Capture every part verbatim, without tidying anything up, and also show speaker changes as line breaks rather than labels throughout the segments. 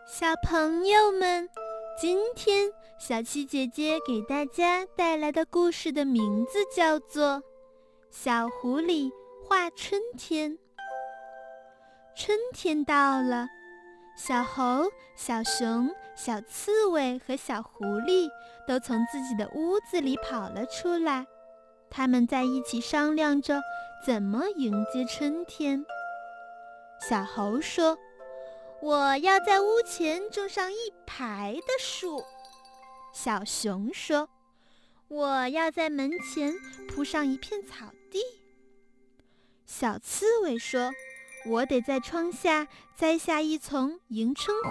小朋友们，今天小七姐姐给大家带来的故事的名字叫做《小狐狸画春天》。春天到了，小猴、小熊、小刺猬和小狐狸都从自己的屋子里跑了出来，他们在一起商量着怎么迎接春天。小猴说，我要在屋前种上一排的树。小熊说，我要在门前铺上一片草地。小刺猬说，我得在窗下栽下一丛迎春花。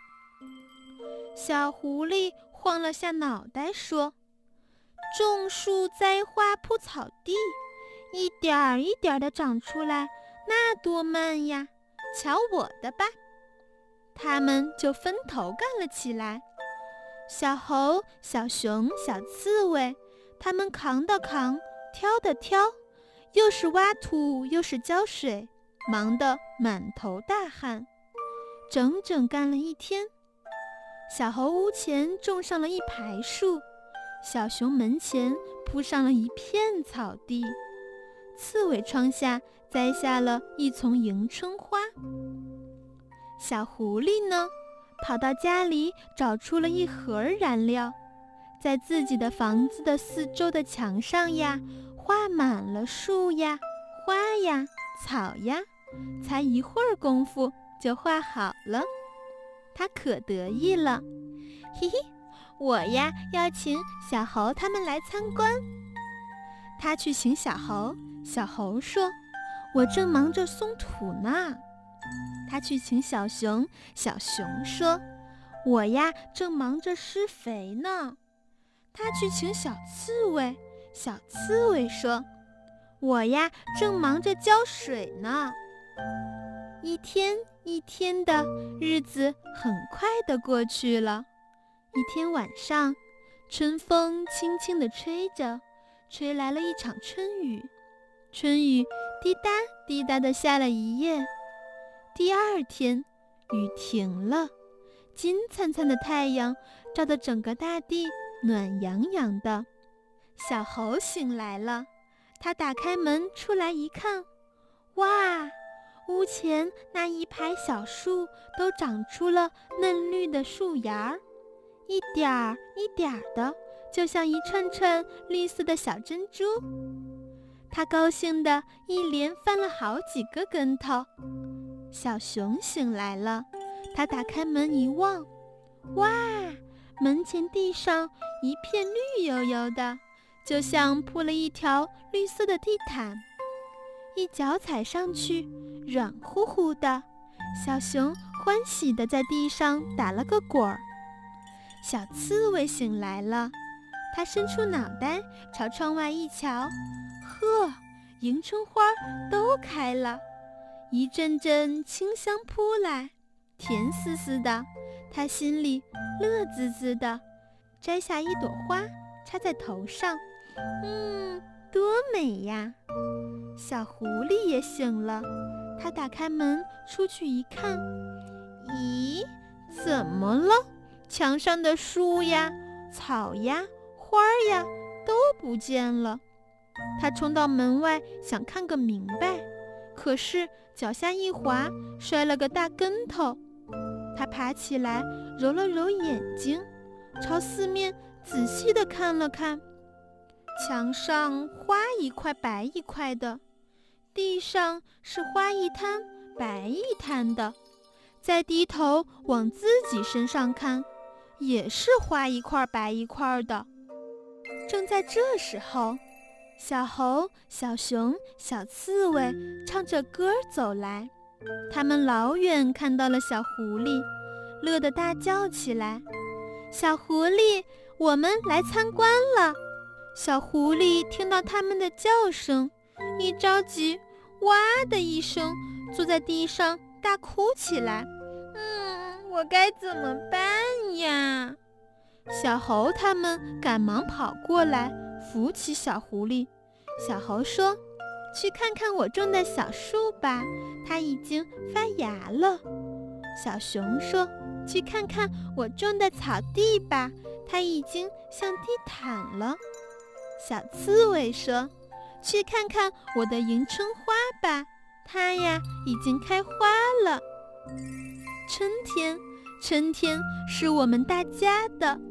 小狐狸晃了下脑袋说，种树栽花铺草地，一点儿一点儿地长出来，那多慢呀，瞧我的吧。他们就分头干了起来。小猴、小熊、小刺猬，他们扛的扛，挑的挑，又是挖土又是浇水，忙得满头大汗，整整干了一天。小猴屋前种上了一排树，小熊门前铺上了一片草地，刺猬窗下栽下了一丛迎春花。小狐狸呢，跑到家里找出了一盒燃料，在自己的房子的四周的墙上呀，画满了树呀、花呀、草呀，才一会儿功夫就画好了。他可得意了，嘿嘿，我呀要请小猴他们来参观。他去请小猴，小猴说，我正忙着松土呢。他去请小熊，小熊说，我呀正忙着施肥呢。他去请小刺猬，小刺猬说，我呀正忙着浇水呢。一天一天的日子很快地过去了。一天晚上，春风轻轻地吹着，吹来了一场春雨。春雨滴答滴答地下了一夜。第二天，雨停了，金灿灿的太阳照得整个大地暖洋洋的。小猴醒来了，他打开门出来一看，哇，屋前那一排小树都长出了嫩绿的树芽儿，一点儿一点儿的，就像一串串绿色的小珍珠。他高兴地一连翻了好几个跟头。小熊醒来了，他打开门一望，哇，门前地上一片绿油油的，就像铺了一条绿色的地毯，一脚踩上去软乎乎的，小熊欢喜地在地上打了个滚儿。小刺猬醒来了，它伸出脑袋朝窗外一瞧，呵，迎春花都开了，一阵阵清香扑来，甜丝丝的，他心里乐滋滋的，摘下一朵花插在头上，嗯，多美呀！小狐狸也醒了，他打开门出去一看，咦，怎么了？墙上的树呀、草呀、花呀都不见了。他冲到门外想看个明白，可是脚下一滑，摔了个大跟头。他爬起来揉了揉眼睛，朝四面仔细地看了看，墙上花一块白一块的，地上是花一滩白一滩的，再低头往自己身上看，也是花一块白一块的。正在这时候，小猴、小熊、小刺猬唱着歌走来，他们老远看到了小狐狸，乐得大叫起来，小狐狸，我们来参观了。小狐狸听到他们的叫声，一着急，哇的一声坐在地上大哭起来，嗯，我该怎么办呀？小猴他们赶忙跑过来扶起小狐狸。小猴说，去看看我种的小树吧，它已经发芽了。 小熊说：“去看看我种的草地吧，它已经像地毯了。”小刺猬说：“去看看我的迎春花吧，它呀已经开花了。”春天，春天是我们大家的，